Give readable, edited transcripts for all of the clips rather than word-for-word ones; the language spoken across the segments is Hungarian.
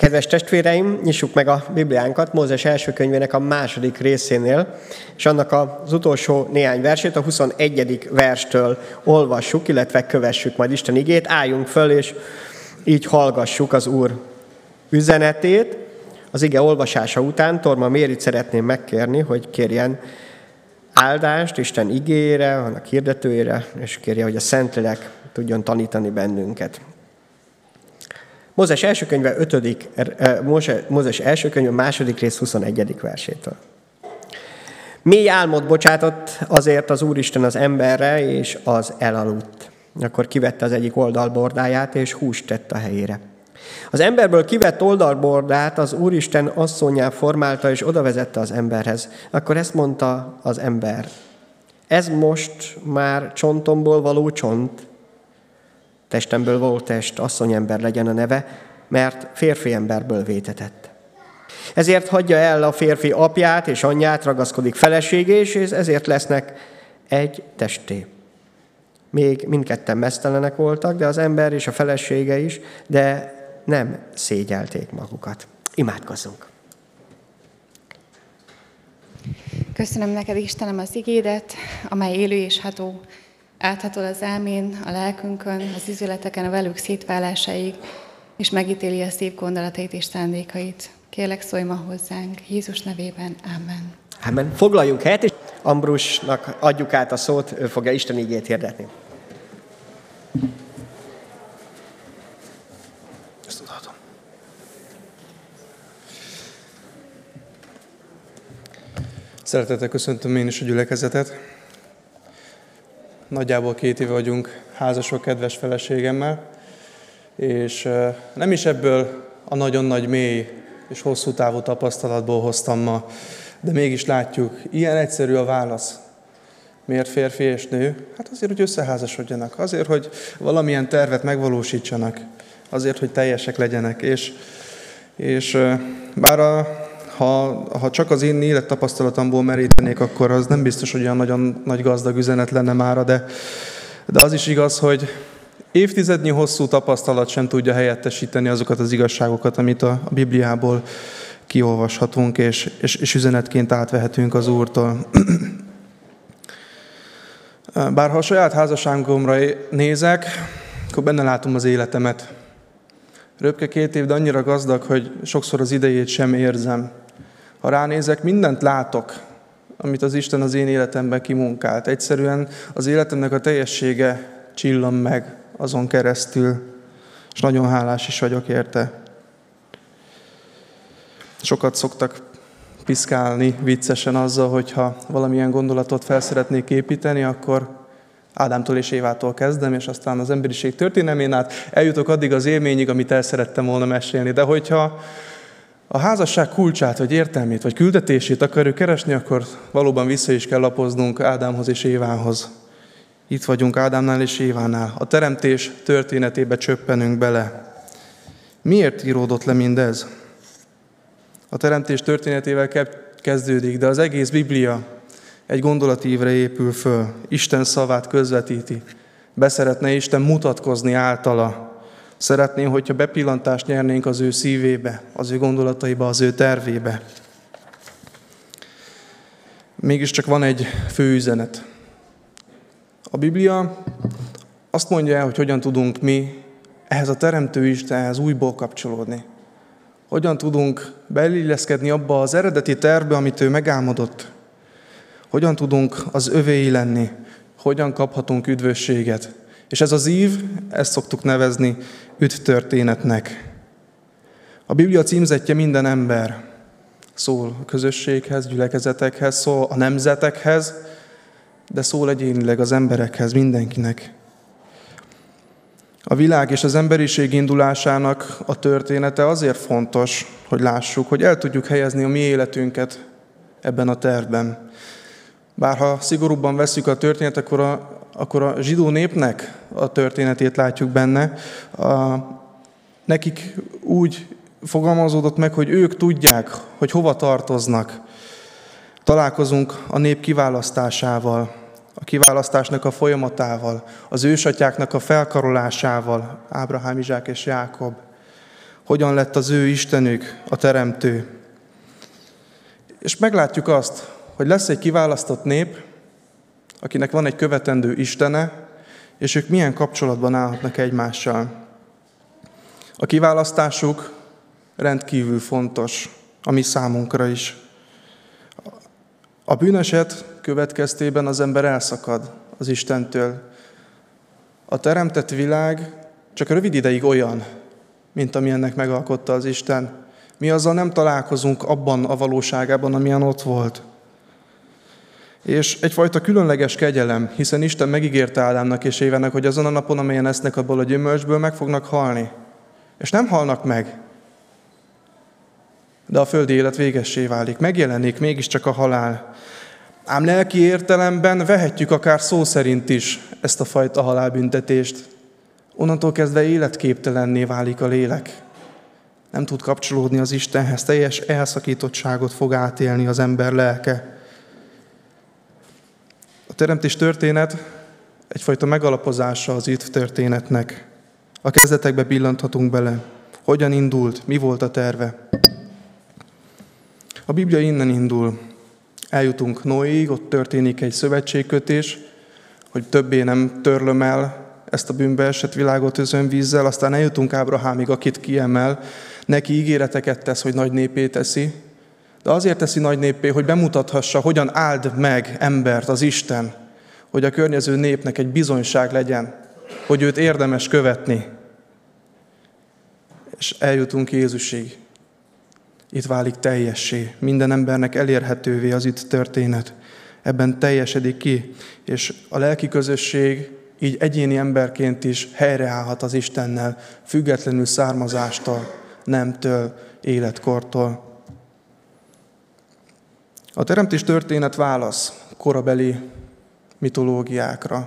Kedves testvéreim, nyissuk meg a Bibliánkat Mózes első könyvének a 2. részénél, és annak az utolsó néhány versét, a 21. verstől olvassuk, illetve kövessük majd Isten igét. Álljunk föl, és így hallgassuk az Úr üzenetét. Az ige olvasása után Torma Mérit szeretném megkérni, hogy kérjen áldást Isten igére, annak hirdetőjére, és kérje, hogy a Szentlélek tudjon tanítani bennünket. Mózes első könyve 2. rész 21. versétől. Mély álmot bocsátott azért az Úristen az emberre, és az elaludt. Akkor kivette az egyik oldalbordáját, és húst tett a helyére. Az emberből kivett oldalbordát az Úristen asszonnyá formálta, és odavezette az emberhez. Akkor ezt mondta az ember: ez most már csontomból való csont, testemből való test, asszonyember legyen a neve, mert férfi emberből vétetett. Ezért hagyja el a férfi apját és anyját, ragaszkodik feleségé, és ezért lesznek egy testé. Még mindketten meztelenek voltak, de az ember és a felesége is, de nem szégyelték magukat. Imádkozzunk! Köszönöm neked, Istenem, az igédet, amely élő és ható, áthatol az elmén, a lelkünkön, az izületeken, a velük szétválásáig, és megítéli a szív gondolatait és szándékait. Kérlek, szólj ma hozzánk, Jézus nevében. Amen. Amen. Foglaljunk helyet, és Ambrusnak adjuk át a szót, ő fogja Isten igét hirdetni. Ezt tudhatom. Szeretettel köszöntöm én is a gyülekezetet. Nagyjából 2 éve vagyunk házasok kedves feleségemmel, és nem is ebből a nagyon nagy, mély és hosszú távú tapasztalatból hoztam ma, de mégis látjuk, ilyen egyszerű a válasz. Miért férfi és nő? Hát azért, hogy összeházasodjanak, azért, hogy valamilyen tervet megvalósítsanak, azért, hogy teljesek legyenek. És bár ha csak az én élettapasztalatomból merítenék, akkor az nem biztos, hogy olyan nagyon nagy gazdag üzenet lenne mára, de az is igaz, hogy évtizednyi hosszú tapasztalat sem tudja helyettesíteni azokat az igazságokat, amit a Bibliából kiolvashatunk, és üzenetként átvehetünk az Úrtól. Bár ha a saját házasságomra nézek, akkor benne látom az életemet. Röpke 2 év, de annyira gazdag, hogy sokszor az idejét sem érzem. Ha ránézek, mindent látok, amit az Isten az én életemben kimunkált. Egyszerűen az életemnek a teljessége csillan meg azon keresztül, és nagyon hálás is vagyok érte. Sokat szoktak piszkálni viccesen azzal, hogyha valamilyen gondolatot fel szeretnék építeni, akkor Ádámtól és Évától kezdem, és aztán az emberiség történelmén át eljutok addig az élményig, amit el szerettem volna mesélni. De hogyha a házasság kulcsát, vagy értelmét, vagy küldetését akarjuk keresni, akkor valóban vissza is kell lapoznunk Ádámhoz és Évához. Itt vagyunk Ádámnál és Évánál. A teremtés történetébe csöppenünk bele. Miért íródott le mindez? A teremtés történetével kezdődik, de az egész Biblia egy gondolatívre épül föl. Isten szavát közvetíti. Beszeretne Isten mutatkozni általa. Szeretné, hogyha bepillantást nyernénk az ő szívébe, az ő gondolataiba, az ő tervébe. Mégiscsak van egy fő üzenet. A Biblia azt mondja el, hogy hogyan tudunk mi ehhez a Teremtő Istenhez újból kapcsolódni. Hogyan tudunk beilleszkedni abba az eredeti tervbe, amit ő megálmodott. Hogyan tudunk az övéi lenni. Hogyan kaphatunk üdvösséget. És ez az ív, ezt szoktuk nevezni üdvtörténetnek. A Biblia címzetje minden ember. Szól a közösséghez, gyülekezetekhez, szól a nemzetekhez, de szól egyénileg az emberekhez, mindenkinek. A világ és az emberiség indulásának a története azért fontos, hogy lássuk, hogy el tudjuk helyezni a mi életünket ebben a tervben. Bár ha szigorúbban vesszük a történetet, akkor a zsidó népnek a történetét látjuk benne. Nekik úgy fogalmazódott meg, hogy ők tudják, hogy hova tartoznak. Találkozunk a nép kiválasztásával, a kiválasztásnak a folyamatával, az ősatyáknak a felkarolásával, Ábrahám, Izsák és Jákob. hogyan lett az ő Istenük, a Teremtő. És meglátjuk azt, hogy lesz egy kiválasztott nép, akinek van egy követendő istene, és ők milyen kapcsolatban állhatnak egymással. A kiválasztásuk rendkívül fontos a mi számunkra is. A bűneset következtében az ember elszakad az Istentől. A teremtett világ csak rövid ideig olyan, mint amilyennek megalkotta az Isten. Mi azzal nem találkozunk abban a valóságában, amilyen ott volt. És egyfajta különleges kegyelem, hiszen Isten megígérte Ádámnak és Évának, hogy azon a napon, amelyen esznek abból a gyümölcsből, meg fognak halni. És nem halnak meg, de a földi élet végessé válik. Megjelenik mégiscsak a halál. Ám lelki értelemben vehetjük akár szó szerint is ezt a fajta halálbüntetést. Onnantól kezdve életképtelenné válik a lélek. Nem tud kapcsolódni az Istenhez, teljes elszakítottságot fog átélni az ember lelke. A teremtés történet egyfajta megalapozása az itt történetnek. A kezdetekbe billanthatunk bele. Hogyan indult, mi volt a terve? A Biblia innen indul. Eljutunk Noéig, ott történik egy szövetségkötés, hogy többé nem törlöm el ezt a bűnbe esett világot özönvízzel, aztán eljutunk Ábrahámig, akit kiemel, neki ígéreteket tesz, hogy nagy népé teszi, de azért teszi nagy népé, hogy bemutathassa, hogyan áld meg embert az Isten, hogy a környező népnek egy bizonyság legyen, hogy őt érdemes követni. És eljutunk Jézusig. Itt válik teljessé, minden embernek elérhetővé az itt történet. Ebben teljesedik ki, és a lelki közösség így egyéni emberként is helyreállhat az Istennel, függetlenül származástól, nemtől, életkortól. A teremtés történet válasz korabeli mitológiákra.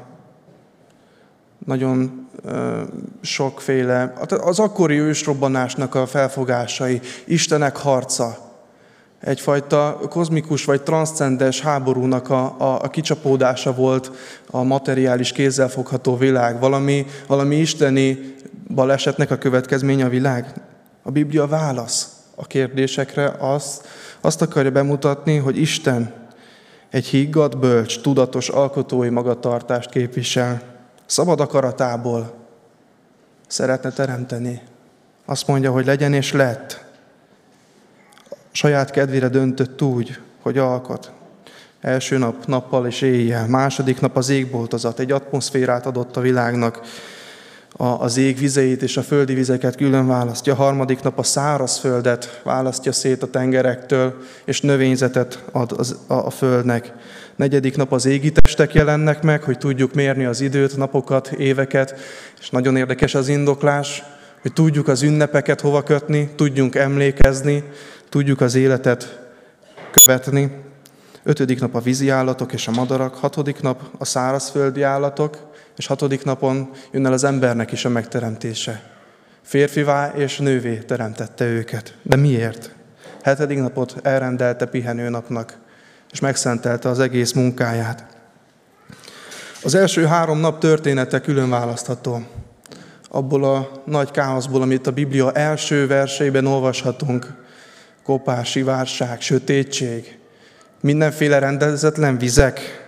Nagyon sokféle, az akkori ősrobbanásnak a felfogásai, Istenek harca, egyfajta kozmikus vagy transzcendens háborúnak a kicsapódása volt a materiális kézzelfogható világ, valami isteni balesetnek a következménye a világ. A Biblia válasz a kérdésekre azt akarja bemutatni, hogy Isten egy higgadt, bölcs, tudatos, alkotói magatartást képvisel. Szabad akaratából szeretne teremteni. Azt mondja, hogy legyen és lett. Saját kedvére döntött úgy, hogy alkot. Első nap nappal és éjjel, második nap az égboltozat, egy atmoszférát adott a világnak, az ég vizeit és a földi vizeket külön választja. Harmadik nap a szárazföldet választja szét a tengerektől, és növényzetet ad a földnek. Negyedik nap az égi testek jelennek meg, hogy tudjuk mérni az időt, napokat, éveket, és nagyon érdekes az indoklás, hogy tudjuk az ünnepeket hova kötni, tudjunk emlékezni, tudjuk az életet követni. Ötödik nap a vízi állatok és a madarak, hatodik nap a szárazföldi állatok, és hatodik napon jön el az embernek is a megteremtése. Férfivá és nővé teremtette őket. De miért? Hetedik napot elrendelte pihenőnapnak, és megszentelte az egész munkáját. Az első 3 nap története külön választható. Abból a nagy káoszból, amit a Biblia első verseiben olvashatunk, kopás, sivárság, sötétség, mindenféle rendezetlen vizek.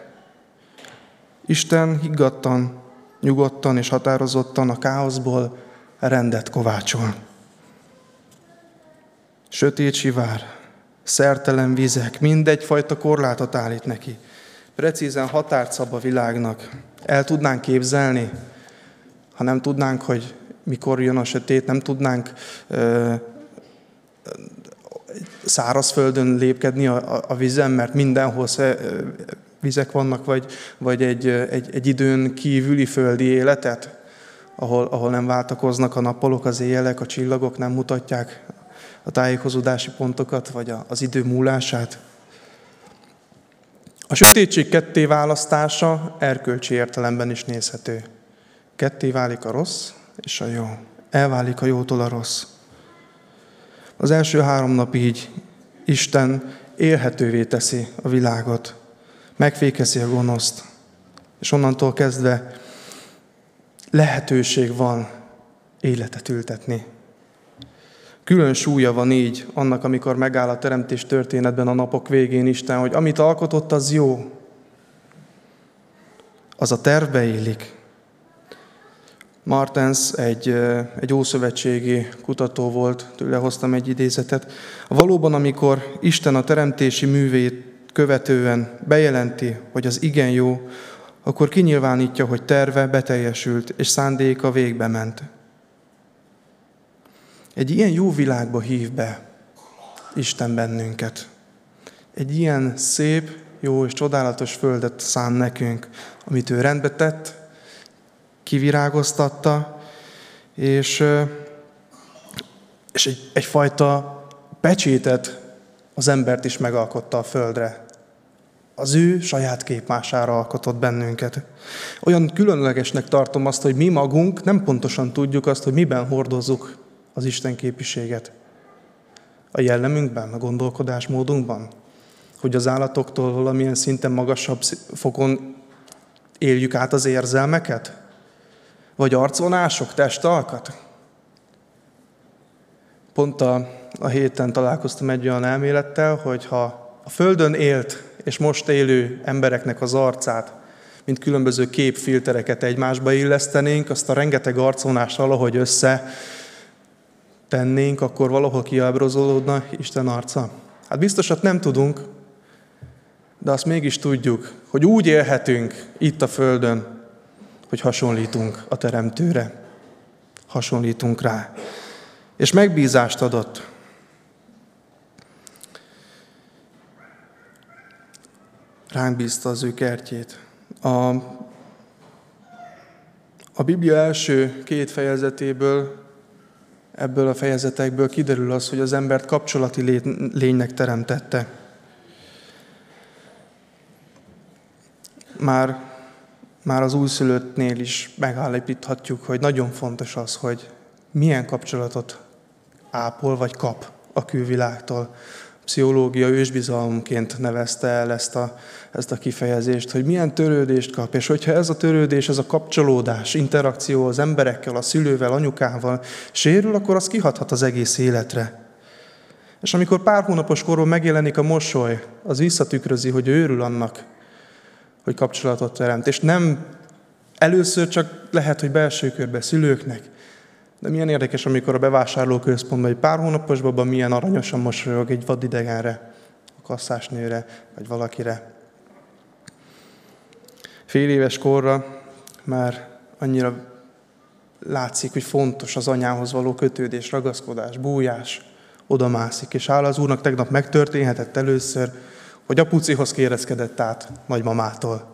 Isten higgadtan, nyugodtan és határozottan a káoszból rendet kovácsol. Sötét sivár, szertelen vizek, mindegyfajta korlátot állít neki. Precízen határt szab a világnak. El tudnánk képzelni, ha nem tudnánk, hogy mikor jön a sötét, nem tudnánk szárazföldön lépkedni a vízen, mert mindenhol vizek vannak, vagy egy időn kívüli földi életet, ahol nem váltakoznak a nappalok, az éjjelek, a csillagok nem mutatják a tájékozódási pontokat, vagy az idő múlását. A sötétség ketté választása erkölcsi értelemben is nézhető. Ketté válik a rossz és a jó. Elválik a jótól a rossz. Az első 3 nap így Isten élhetővé teszi a világot. Megfékezi a gonoszt. És onnantól kezdve lehetőség van életet ültetni. külön súlya van így annak, amikor megáll a teremtés történetben a napok végén Isten, hogy amit alkotott, az jó. Az a tervbe illik. Martens egy ószövetségi kutató volt, tőle hoztam egy idézetet. Valóban, amikor Isten a teremtési művét követően bejelenti, hogy az igen jó, akkor kinyilvánítja, hogy terve beteljesült, és szándéka végbe ment. Egy ilyen jó világba hív be Isten bennünket. Egy ilyen szép, jó és csodálatos földet szán nekünk, amit ő rendbe tett, kivirágoztatta, és egyfajta pecsétet az embert is megalkotta a földre. Az ő saját képmására alkotott bennünket. Olyan különlegesnek tartom azt, hogy mi magunk nem pontosan tudjuk azt, hogy miben hordozzuk az Isten képiséget. A jellemünkben, a gondolkodásmódunkban, hogy az állatoktól valamilyen szinten magasabb fokon éljük át az érzelmeket? Vagy arcvonások, testalkat? Pont a héten találkoztam egy olyan elmélettel, hogy ha a Földön élt és most élő embereknek az arcát, mint különböző képfiltereket egymásba illesztenénk, azt a rengeteg arcvonást valahogy összetennénk, akkor valahol kiábrázolódna Isten arca. Hát biztosat nem tudunk, de azt mégis tudjuk, hogy úgy élhetünk itt a Földön, hogy hasonlítunk a Teremtőre, hasonlítunk rá. És megbízást adott. Ránk bízta az ő kertjét. A Biblia első 2 fejezetéből, ebből a fejezetekből kiderül az, hogy az embert kapcsolati lénynek teremtette. Már az újszülöttnél is megállapíthatjuk, hogy nagyon fontos az, hogy milyen kapcsolatot ápol vagy kap a külvilágtól. A pszichológia ősbizalomként nevezte el ezt a kifejezést, hogy milyen törődést kap, és hogyha ez a törődés, ez a kapcsolódás, interakció az emberekkel, a szülővel, anyukával sérül, akkor az kihathat az egész életre. És amikor pár hónapos koron megjelenik a mosoly, az visszatükrözi, hogy ő örül annak, hogy kapcsolatot teremt. És nem először csak lehet, hogy belső körbe szülőknek, de milyen érdekes, amikor a bevásárlóközpontban egy pár hónapos baba milyen aranyosan mosolyog egy vadidegenre, a kasszásnőre, vagy valakire. Fél éves korra már annyira látszik, hogy fontos az anyához való kötődés, ragaszkodás, bújás, odamászik. És hála az Úrnak tegnap megtörténhetett először, hogy apucihoz kérezkedett át nagymamától.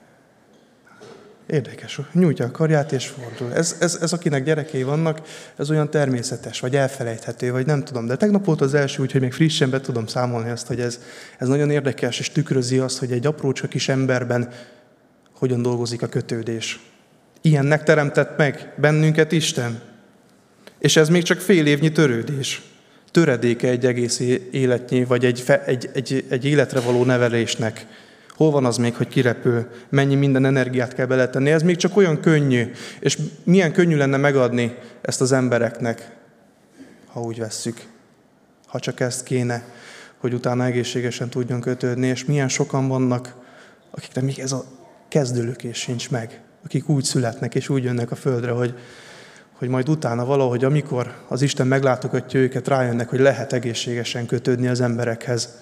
Érdekes, nyújtja a karját és fordul. Ez akinek gyerekei vannak, ez olyan természetes, vagy elfelejthető, vagy nem tudom. De tegnap volt az első, úgyhogy még frissen be tudom számolni azt, hogy ez nagyon érdekes, és tükrözi azt, hogy egy aprócska kis emberben hogyan dolgozik a kötődés. Ilyennek teremtett meg bennünket Isten. És ez még csak fél évnyi törődés. Töredéke egy egész életnyi, vagy egy életre való nevelésnek. Hol van az még, hogy kirepül? Mennyi minden energiát kell beletenni? Ez még csak olyan könnyű. És milyen könnyű lenne megadni ezt az embereknek, ha úgy vesszük. Ha csak ezt kéne, hogy utána egészségesen tudjon kötődni. És milyen sokan vannak, akiknek még ez a kezdőlökés sincs meg. Akik úgy születnek és úgy jönnek a földre, hogy majd utána valahogy, amikor az Isten meglátogatja őket, rájönnek, hogy lehet egészségesen kötődni az emberekhez.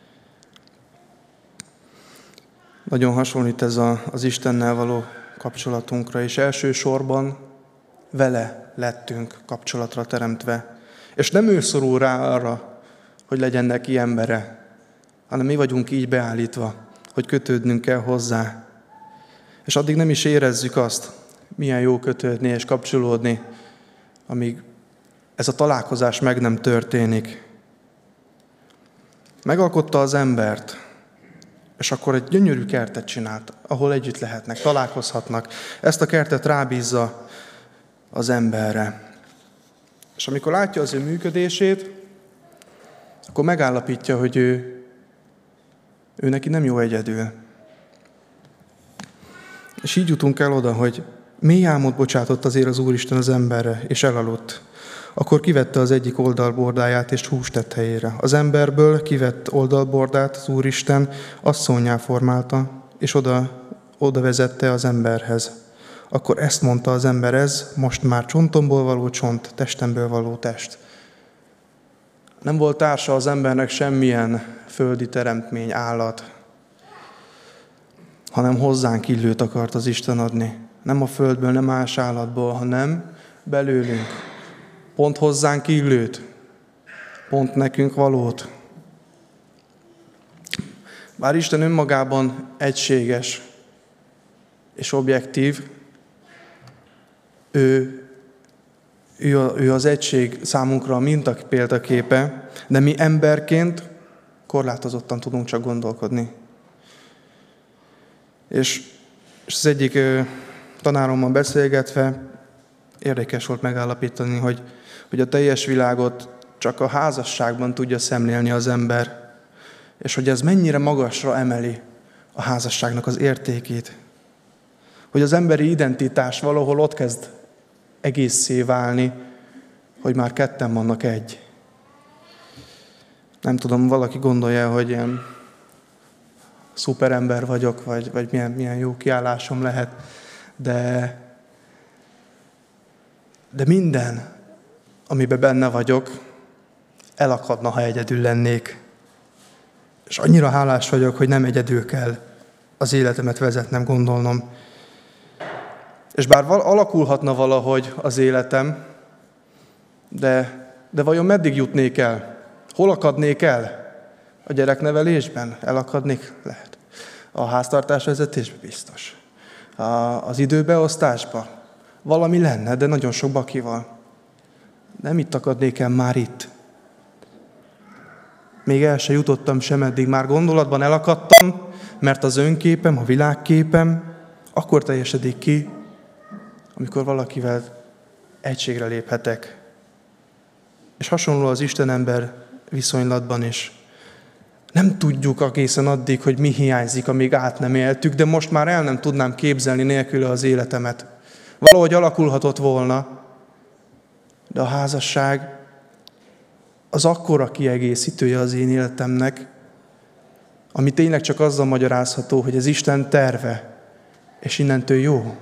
Nagyon hasonlít ez az Istennel való kapcsolatunkra, és elsősorban vele lettünk kapcsolatra teremtve. És nem ő szorul rá arra, hogy legyen neki embere, hanem mi vagyunk így beállítva, hogy kötődnünk kell hozzá. És addig nem is érezzük azt, milyen jó kötődni és kapcsolódni, amíg ez a találkozás meg nem történik. Megalkotta az embert, és akkor egy gyönyörű kertet csinált, ahol együtt lehetnek, találkozhatnak. Ezt a kertet rábízza az emberre. És amikor látja az ő működését, akkor megállapítja, hogy ő neki nem jó egyedül. És így jutunk el oda, hogy mély álmot bocsátott azért az Úristen az emberre, és elaludt. Akkor kivette az egyik oldalbordáját, és húst tett helyére. Az emberből kivett oldalbordát az Úristen asszonnyá formálta, és oda vezette az emberhez. Akkor ezt mondta az ember, ez most már csontomból való csont, testemből való test. Nem volt társa az embernek semmilyen földi teremtmény, állat, hanem hozzánk illőt akart az Isten adni. Nem a földből, nem más állatból, hanem belőlünk. Pont hozzánk illőt, pont nekünk valót. Bár Isten önmagában egységes és objektív, ő az egység számunkra a mintak példaképe, de mi emberként korlátozottan tudunk csak gondolkodni. És az egyik tanárommal beszélgetve érdekes volt megállapítani, hogy a teljes világot csak a házasságban tudja szemlélni az ember, és hogy ez mennyire magasra emeli a házasságnak az értékét. Hogy az emberi identitás valahol ott kezd egészé válni, hogy már ketten vannak egy. Nem tudom, valaki gondolja, hogy ilyen szuperember vagyok, vagy milyen jó kiállásom lehet, de minden, amiben benne vagyok, elakadna, ha egyedül lennék. És annyira hálás vagyok, hogy nem egyedül kell az életemet vezetnem, gondolnom. És bár alakulhatna valahogy az életem, de vajon meddig jutnék el? Hol akadnék el? A gyereknevelésben elakadnék? Lehet. A háztartásvezetésben biztos. Az időbeosztásban valami lenne, de nagyon sok bakival. Nem itt akadnék el, már itt. Még el se jutottam sem eddig, már gondolatban elakadtam, mert az önképem, a világképem akkor teljesedik ki, amikor valakivel egységre léphetek. És hasonló az Isten-ember viszonylatban is. Nem tudjuk egészen addig, hogy mi hiányzik, amíg át nem éltük, de most már el nem tudnám képzelni nélküle az életemet. Valahogy alakulhatott volna, de a házasság az akkora kiegészítője az én életemnek, ami tényleg csak azzal magyarázható, hogy ez Isten terve, és innentől jó.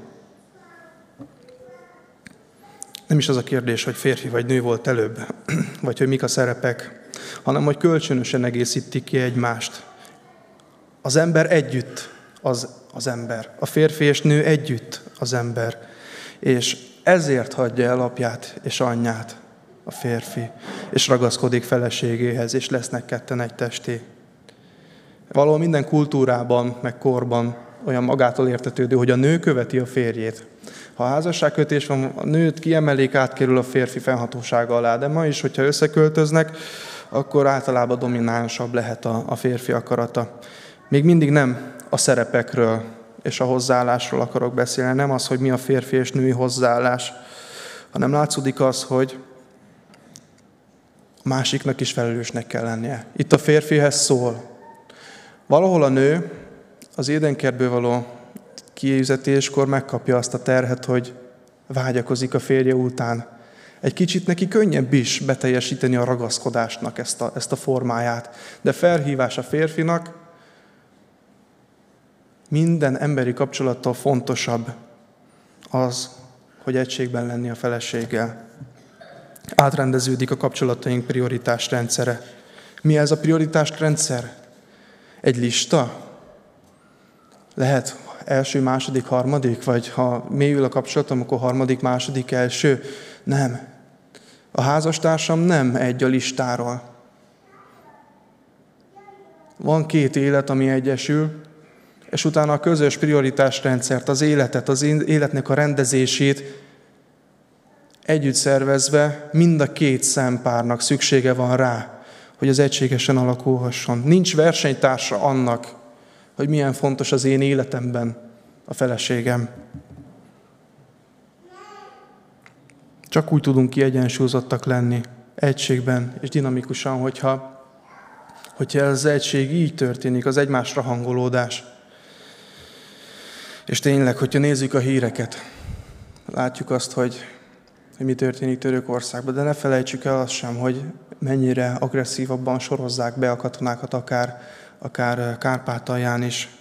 Nem is az a kérdés, hogy férfi vagy nő volt előbb, vagy hogy mik a szerepek, hanem hogy kölcsönösen egészítik ki egymást. Az ember együtt az ember. A férfi és nő együtt az ember. És ezért hagyja el apját és anyját a férfi, és ragaszkodik feleségéhez, és lesznek ketten egy testé. Valahol minden kultúrában, meg korban olyan magától értetődő, hogy a nő követi a férjét. Ha házasságkötés van, a nőt kiemelik, átkerül a férfi fennhatósága alá, de ma is, hogyha összeköltöznek, akkor általában dominánsabb lehet a férfi akarata. Még mindig nem a szerepekről és a hozzáállásról akarok beszélni, nem az, hogy mi a férfi és női hozzáállás, hanem látszódik az, hogy a másiknak is felelősnek kell lennie. Itt a férfihez szól. Valahol a nő az édenkertből való kiüzetéskor megkapja azt a terhet, hogy vágyakozik a férje után. Egy kicsit neki könnyebb is beteljesíteni a ragaszkodásnak ezt a formáját. De felhívás a férfinak minden emberi kapcsolattól fontosabb az, hogy egységben lenni a feleséggel. Átrendeződik a kapcsolataink prioritásrendszere. Mi ez a prioritásrendszer? Egy lista? Lehet első, második, harmadik, vagy ha mélyül a kapcsolatom, akkor harmadik, második, első. Nem. A házastársam nem egy a listáról. Van két élet, ami egyesül, és utána a közös prioritásrendszert, az életet, az életnek a rendezését együtt szervezve mind a két szempárnak szüksége van rá, hogy az egységesen alakulhasson. Nincs versenytársa annak, hogy milyen fontos az én életemben a feleségem. Csak úgy tudunk kiegyensúlyozottak lenni, egységben és dinamikusan, hogyha ez az egység így történik, az egymásra hangolódás. És tényleg, hogyha nézzük a híreket, látjuk azt, hogy hogy mi történik Törökországban, de ne felejtsük el azt sem, hogy mennyire agresszívabban sorozzák be a katonákat, akár Kárpátalján is.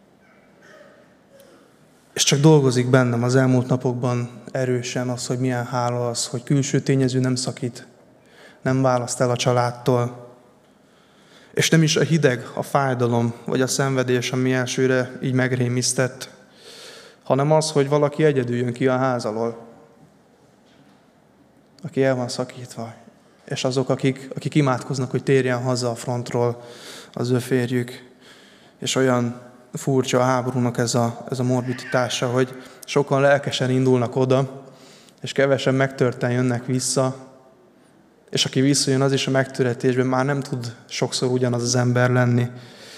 És csak dolgozik bennem az elmúlt napokban erősen az, hogy milyen hála az, hogy külső tényező nem szakít, nem választ el a családtól. És nem is a hideg, a fájdalom, vagy a szenvedés, ami elsőre így megrémisztett, hanem az, hogy valaki egyedül jön ki a ház alól, aki el van szakítva, és azok, akik imádkoznak, hogy térjen haza a frontról az ő férjük. És olyan furcsa a háborúnak ez a morbiditása, hogy sokan lelkesen indulnak oda, és kevesen megtörten jönnek vissza, és aki visszajön, az is a megtöretésben már nem tud sokszor ugyanaz az ember lenni.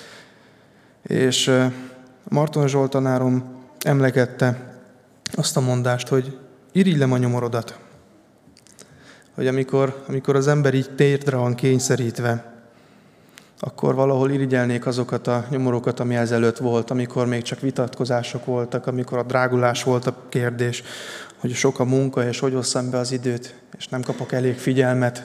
És Marton Zsolt tanárom emlegette azt a mondást, hogy irigylem a nyomorodat. Hogy amikor az ember így térdre van kényszerítve, akkor valahol irigyelnék azokat a nyomorokat, ami ezelőtt volt, amikor még csak vitatkozások voltak, amikor a drágulás volt a kérdés, hogy sok a munka, és hogy osszam be az időt, és nem kapok elég figyelmet.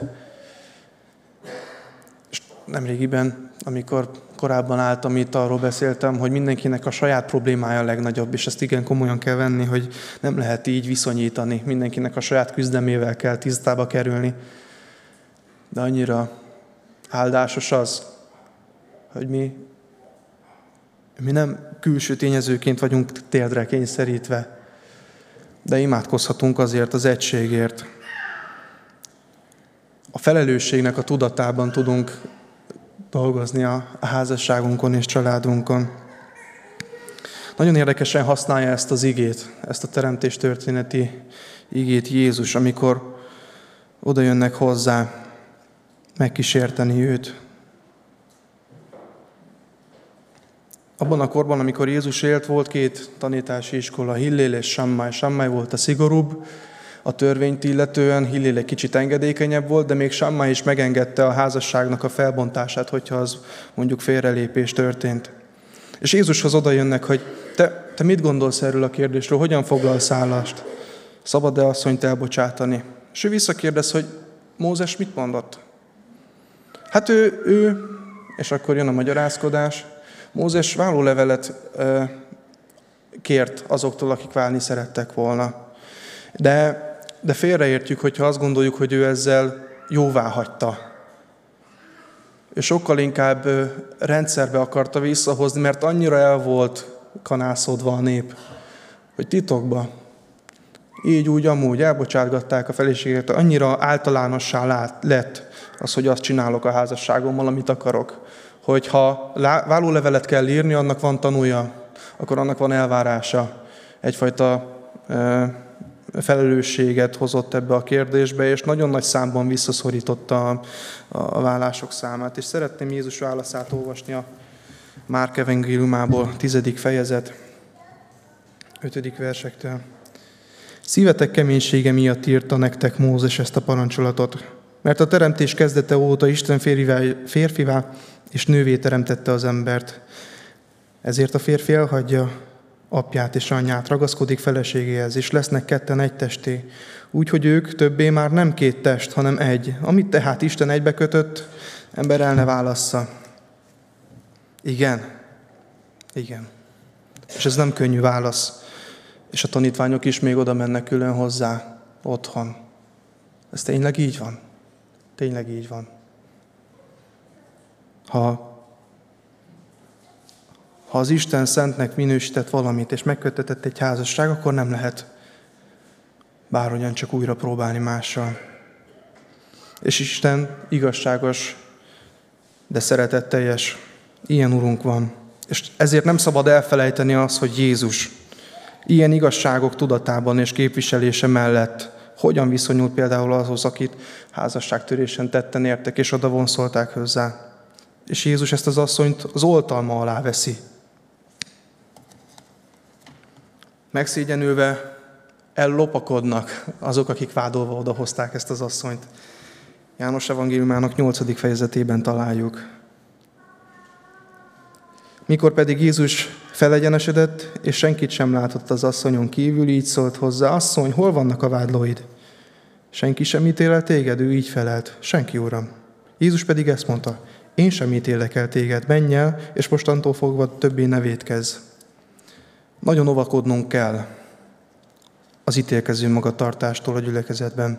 És nemrégiben, amikor korábban álltam itt, arról beszéltem, hogy mindenkinek a saját problémája a legnagyobb, és ezt igen komolyan kell venni, hogy nem lehet így viszonyítani. Mindenkinek a saját küzdelmével kell tisztába kerülni. De annyira áldásos az, hogy mi nem külső tényezőként vagyunk térdre kényszerítve, de imádkozhatunk azért az egységért. A felelősségnek a tudatában tudunk dolgozni a házasságunkon és családunkon. Nagyon érdekesen használja ezt az igét, ezt a teremtés történeti igét Jézus, amikor oda jönnek hozzá megkísérteni őt. Abban a korban, amikor Jézus élt, volt 2 tanítási iskola, Hillél és Sammai. Sammai volt a szigorúbb, a törvényt illetően, Hillél egy kicsit engedékenyebb volt, de még Sammai is megengedte a házasságnak a felbontását, hogyha az mondjuk félrelépés történt. És Jézushoz oda jönnek, hogy te mit gondolsz erről a kérdésről, hogyan foglalsz állást? Szabad-e asszonyt elbocsátani? És ő visszakérdez, hogy Mózes mit mondott? Hát ő, és akkor jön a magyarázkodás, Mózes vállólevelet kért azoktól, akik válni szerettek volna. De félreértjük, hogyha azt gondoljuk, hogy ő ezzel jóvá hagyta. Ő sokkal inkább rendszerbe akarta visszahozni, mert annyira el volt kanászodva a nép, hogy titokba, így úgy amúgy elbocsátgatták a feleségeket, annyira általánossá lett az, hogy azt csinálok a házasságommal, amit akarok. Hogyha vállólevelet kell írni, annak van tanúja, akkor annak van elvárása. Egyfajta felelősséget hozott ebbe a kérdésbe, és nagyon nagy számban visszaszorította a vállások számát. És szeretném Jézus válaszát olvasni a Márk evangéliumából, 10. fejezet, 5. versektől. Szívetek keménysége miatt írta nektek Mózes ezt a parancsolatot, mert a teremtés kezdete óta Isten férfivá és nővé teremtette az embert. Ezért a férfi elhagyja apját és anyját, ragaszkodik feleségéhez, és lesznek ketten egy testé. Úgyhogy ők többé már nem 2 test, hanem egy. Amit tehát Isten egybekötött, ember el ne válassza. Igen. Igen. És ez nem könnyű válasz. És a tanítványok is még oda mennek külön hozzá otthon. Ez tényleg így van? Tényleg így van. Ha az Isten szentnek minősített valamit, és megkötetett egy házasság, akkor nem lehet bárhogyan csak újra próbálni mással. És Isten igazságos, de szeretetteljes. Ilyen Urunk van. És ezért nem szabad elfelejteni azt, hogy Jézus ilyen igazságok tudatában és képviselése mellett hogyan viszonyult például azhoz, akit házasságtörésen tetten értek, és oda vonszolták hozzá. És Jézus ezt az asszonyt az oltalma alá veszi. Megszégyenülve ellopakodnak azok, akik vádolva odahozták ezt az asszonyt. János evangéliumának 8. fejezetében találjuk. Mikor pedig Jézus felegyenesedett, és senkit sem látott az asszonyon kívül, így szólt hozzá: Asszony, hol vannak a vádlóid? Senki sem ítél el téged, ő így felelt. Senki, Uram. Jézus pedig ezt mondta, én sem ítélek el téged, menj el, és mostantól fogva többé ne vétkezz. Nagyon óvakodnunk kell az ítélkező magatartástól a gyülekezetben.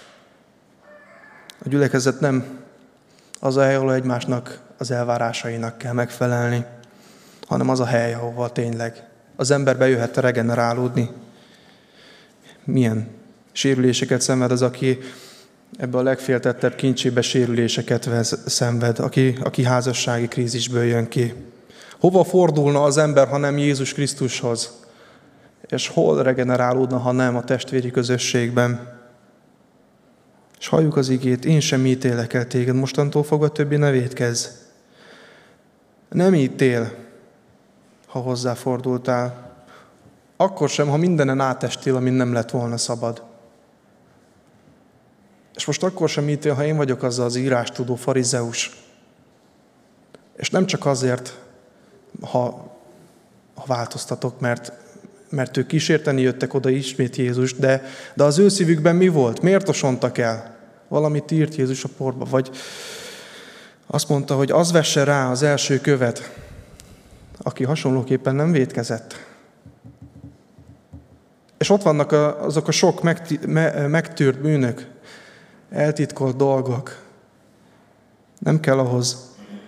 A gyülekezet nem az a hely, ahol egymásnak az elvárásainak kell megfelelni, hanem az a hely, ahova tényleg az ember bejöhet regenerálódni. Milyen sérüléseket szenved az, aki ebbe a legféltettebb kincsébe sérüléseket szenved, aki házassági krízisből jön ki. Hova fordulna az ember, ha nem Jézus Krisztushoz? És hol regenerálódna, ha nem a testvéri közösségben? És halljuk az igét, én sem ítélek el téged, mostantól fogva többé ne vétkezz. Nem ítél, ha hozzáfordultál. Akkor sem, ha mindenen átestél, amin nem lett volna szabad. És most akkor sem ítél, ha én vagyok az az írástudó farizeus. És nem csak azért, ha változtatok, mert ők kísérteni jöttek oda ismét Jézus, de az ő szívükben mi volt? Miért osontak el? Valamit írt Jézus a porba, vagy azt mondta, hogy az vesse rá az első követ, aki hasonlóképpen nem vétkezett. És ott vannak azok a sok megtűrt bűnök, eltitkolt dolgok. Nem kell ahhoz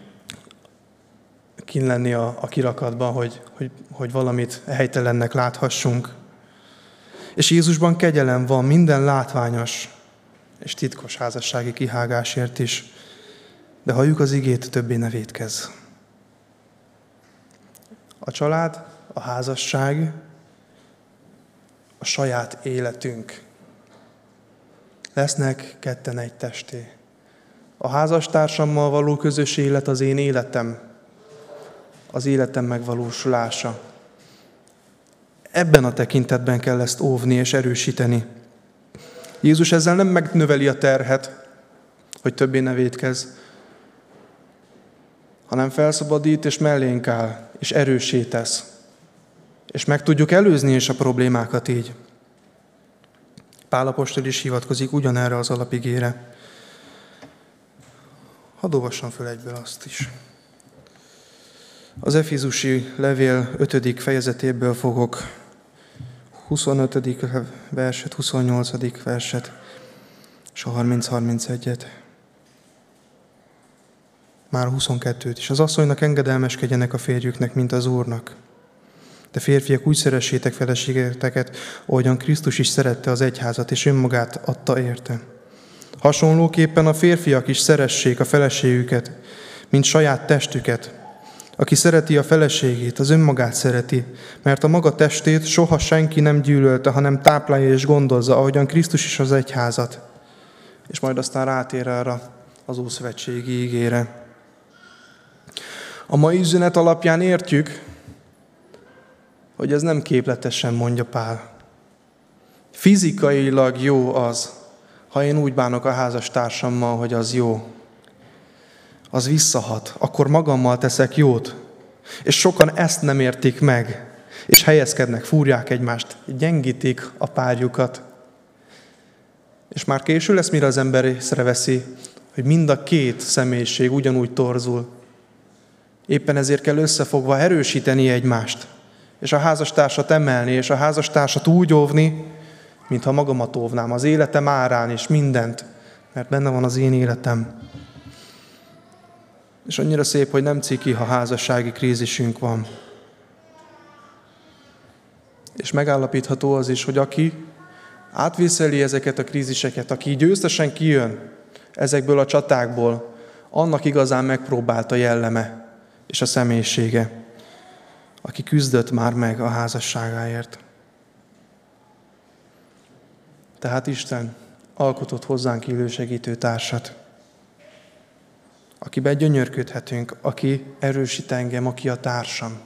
kint lenni a kirakatban, hogy valamit helytelennek láthassunk. És Jézusban kegyelem van minden látványos és titkos házassági kihágásért is. De halljuk az igét, többé ne vétkezz. A család, a házasság, a saját életünk. Lesznek ketten egy testé. A házastársammal való közös élet az én életem, az életem megvalósulása. Ebben a tekintetben kell ezt óvni és erősíteni. Jézus ezzel nem megnöveli a terhet, hogy többé ne vétkezz, hanem felszabadít és mellénk áll, és erőssé tesz. És meg tudjuk előzni is a problémákat így. Pál apostol is hivatkozik ugyanerre az alapigére. Hadd olvassam föl egyből azt is. Az Efézusi levél 5. fejezetéből fogok 25. verset, 28. verset és a 30-31-et. Már 22-t is. Az asszonynak engedelmeskedjenek a férjüknek, mint az Úrnak. De férfiak, úgy szeressétek feleségeteket, ahogyan Krisztus is szerette az egyházat, és önmagát adta érte. Hasonlóképpen a férfiak is szeressék a feleségüket, mint saját testüket. Aki szereti a feleségét, az önmagát szereti, mert a maga testét soha senki nem gyűlölte, hanem táplálja és gondozza, ahogyan Krisztus is az egyházat. És majd aztán rátér arra az ószövetségi ígére. A mai üzenet alapján értjük, hogy ez nem képletesen mondja Pál. Fizikailag jó az, ha én úgy bánok a házastársammal, hogy az jó. Az visszahat, akkor magammal teszek jót. És sokan ezt nem értik meg, és helyezkednek, fúrják egymást, gyengítik a párjukat. És már késő lesz, mire az ember észreveszi, hogy mind a két személyiség ugyanúgy torzul. Éppen ezért kell összefogva erősíteni egymást, és a házastársat emelni, és a házastársat úgy óvni, mintha magamat óvnám, az életem árán és mindent, mert benne van az én életem. És annyira szép, hogy nem ciki, ha házassági krízisünk van. És megállapítható az is, hogy aki átviszeli ezeket a kríziseket, aki győztesen kijön ezekből a csatákból, annak igazán megpróbált a jelleme és a személyisége, aki küzdött már meg a házasságáért. Tehát Isten alkotott hozzánk illő segítő társat, akiben gyönyörködhetünk, aki erősít engem, aki a társam,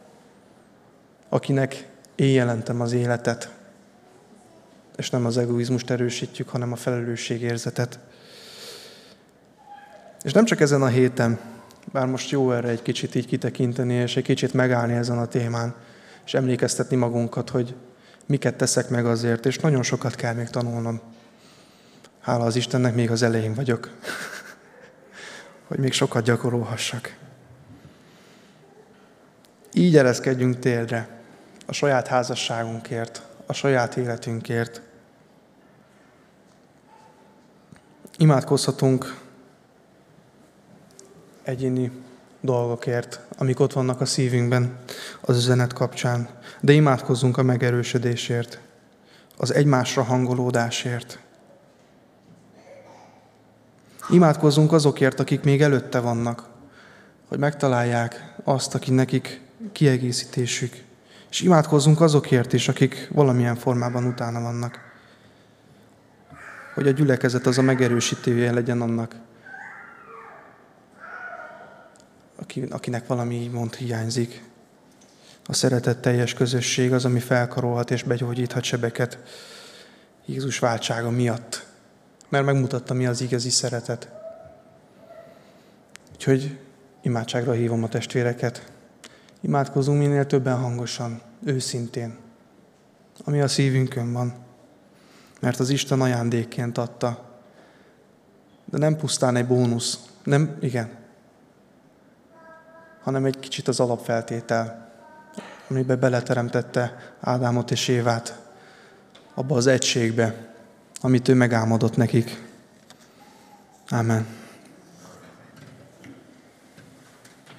akinek én jelentem az életet, és nem az egoizmust erősítjük, hanem a felelősségérzetet. És nem csak ezen a héten, bár most jó erre egy kicsit így kitekinteni, és egy kicsit megállni ezen a témán, és emlékeztetni magunkat, hogy miket teszek meg azért, és nagyon sokat kell még tanulnom. Hála az Istennek, még az elején vagyok, hogy még sokat gyakorolhassak. Így ereszkedjünk térdre a saját házasságunkért, a saját életünkért. Imádkozhatunk egyéni dolgokért, amik ott vannak a szívünkben az üzenet kapcsán, de imádkozzunk a megerősödésért, az egymásra hangolódásért. Imádkozzunk azokért, akik még előtte vannak, hogy megtalálják azt, aki nekik kiegészítésük. És imádkozzunk azokért is, akik valamilyen formában utána vannak. Hogy a gyülekezet az a megerősítője legyen annak, akinek valami így mond hiányzik. A szeretetteljes közösség az, ami felkarolhat és begyógyíthat sebeket Jézus váltsága miatt. Mert megmutatta, mi az igazi szeretet. Úgyhogy imádságra hívom a testvéreket. Imádkozzunk minél többen hangosan, őszintén, ami a szívünkön van. Mert az Isten ajándékként adta. De nem pusztán egy bónusz, hanem egy kicsit az alapfeltétel, amiben beleteremtette Ádámot és Évát abba az egységbe, amit ő megálmodott nekik. Ámen.